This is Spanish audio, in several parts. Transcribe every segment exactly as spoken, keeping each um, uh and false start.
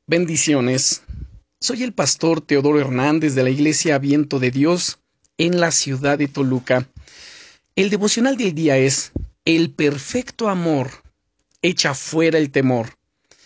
Bendiciones. Soy el pastor Teodoro Hernández de la Iglesia Viento de Dios en la ciudad de Toluca. El devocional del día es: el perfecto amor echa fuera el temor.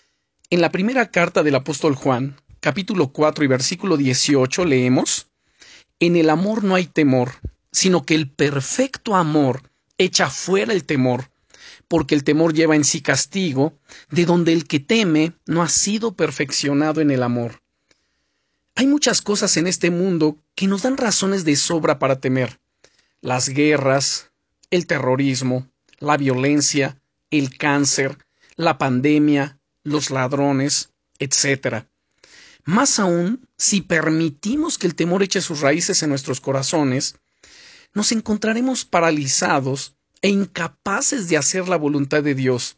En la primera carta del apóstol Juan, capítulo cuatro y versículo dieciocho, leemos: En el amor no hay temor, sino que el perfecto amor echa fuera el temor, porque el temor lleva en sí castigo, de donde el que teme no ha sido perfeccionado en el amor. Hay muchas cosas en este mundo que nos dan razones de sobra para temer: las guerras, el terrorismo, la violencia, el cáncer, la pandemia, los ladrones, etcétera. Más aún, si permitimos que el temor eche sus raíces en nuestros corazones, nos encontraremos paralizados e incapaces de hacer la voluntad de Dios.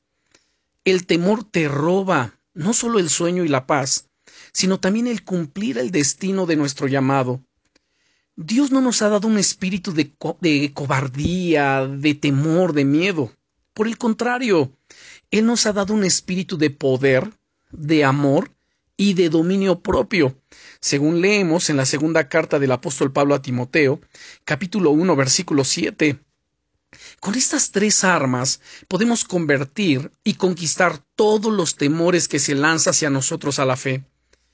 El temor te roba no solo el sueño y la paz, sino también el cumplir el destino de nuestro llamado. Dios no nos ha dado un espíritu de, co de cobardía, de temor, de miedo. Por el contrario, Él nos ha dado un espíritu de poder, de amor y de dominio propio, según leemos en la segunda carta del apóstol Pablo a Timoteo, capítulo uno, versículo siete. Con estas tres armas podemos convertir y conquistar todos los temores que se lanzan hacia nosotros a la fe.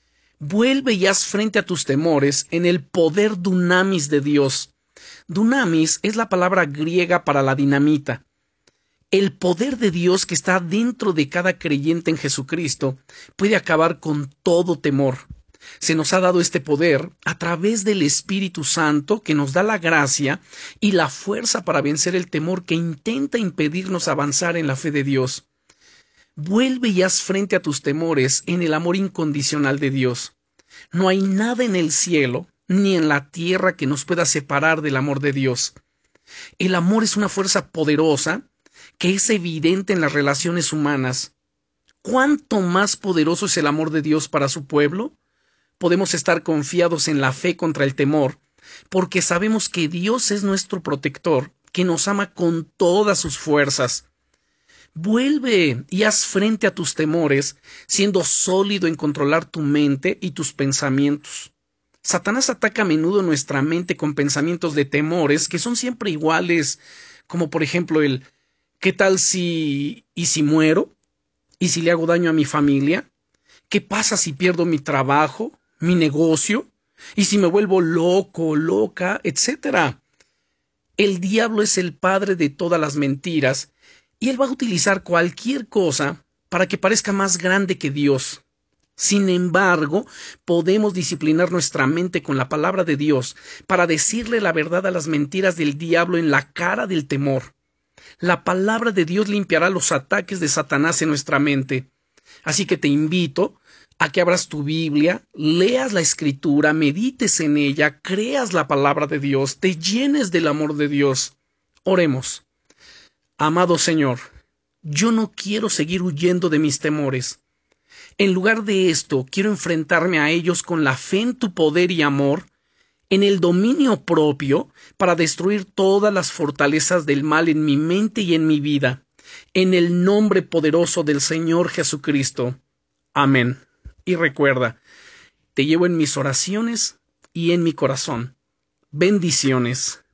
Vuelve y haz frente a tus temores en el poder dunamis de Dios. Dunamis es la palabra griega para la dinamita. El poder de Dios que está dentro de cada creyente en Jesucristo puede acabar con todo temor. Se nos ha dado este poder a través del Espíritu Santo, que nos da la gracia y la fuerza para vencer el temor que intenta impedirnos avanzar en la fe de Dios. Vuelve y haz frente a tus temores en el amor incondicional de Dios. No hay nada en el cielo ni en la tierra que nos pueda separar del amor de Dios. El amor es una fuerza poderosa que es evidente en las relaciones humanas. ¿Cuánto más poderoso es el amor de Dios para su pueblo? Podemos estar confiados en la fe contra el temor, porque sabemos que Dios es nuestro protector, que nos ama con todas sus fuerzas. Vuelve y haz frente a tus temores, siendo sólido en controlar tu mente y tus pensamientos. Satanás ataca a menudo nuestra mente con pensamientos de temores que son siempre iguales, como por ejemplo el ¿qué tal si y si muero? ¿Y si le hago daño a mi familia? ¿Qué pasa si pierdo mi trabajo, mi negocio? ¿Y si me vuelvo loco, loca, etcétera? El diablo es el padre de todas las mentiras, y él va a utilizar cualquier cosa para que parezca más grande que Dios. Sin embargo, podemos disciplinar nuestra mente con la palabra de Dios para decirle la verdad a las mentiras del diablo en la cara del temor. La palabra de Dios limpiará los ataques de Satanás en nuestra mente. Así que te invito a que abras tu Biblia, leas la Escritura, medites en ella, creas la palabra de Dios, te llenes del amor de Dios. Oremos. Amado Señor, yo no quiero seguir huyendo de mis temores. En lugar de esto, quiero enfrentarme a ellos con la fe en tu poder y amor, en el dominio propio, para destruir todas las fortalezas del mal en mi mente y en mi vida, en el nombre poderoso del Señor Jesucristo. Amén. Y recuerda, te llevo en mis oraciones y en mi corazón. Bendiciones.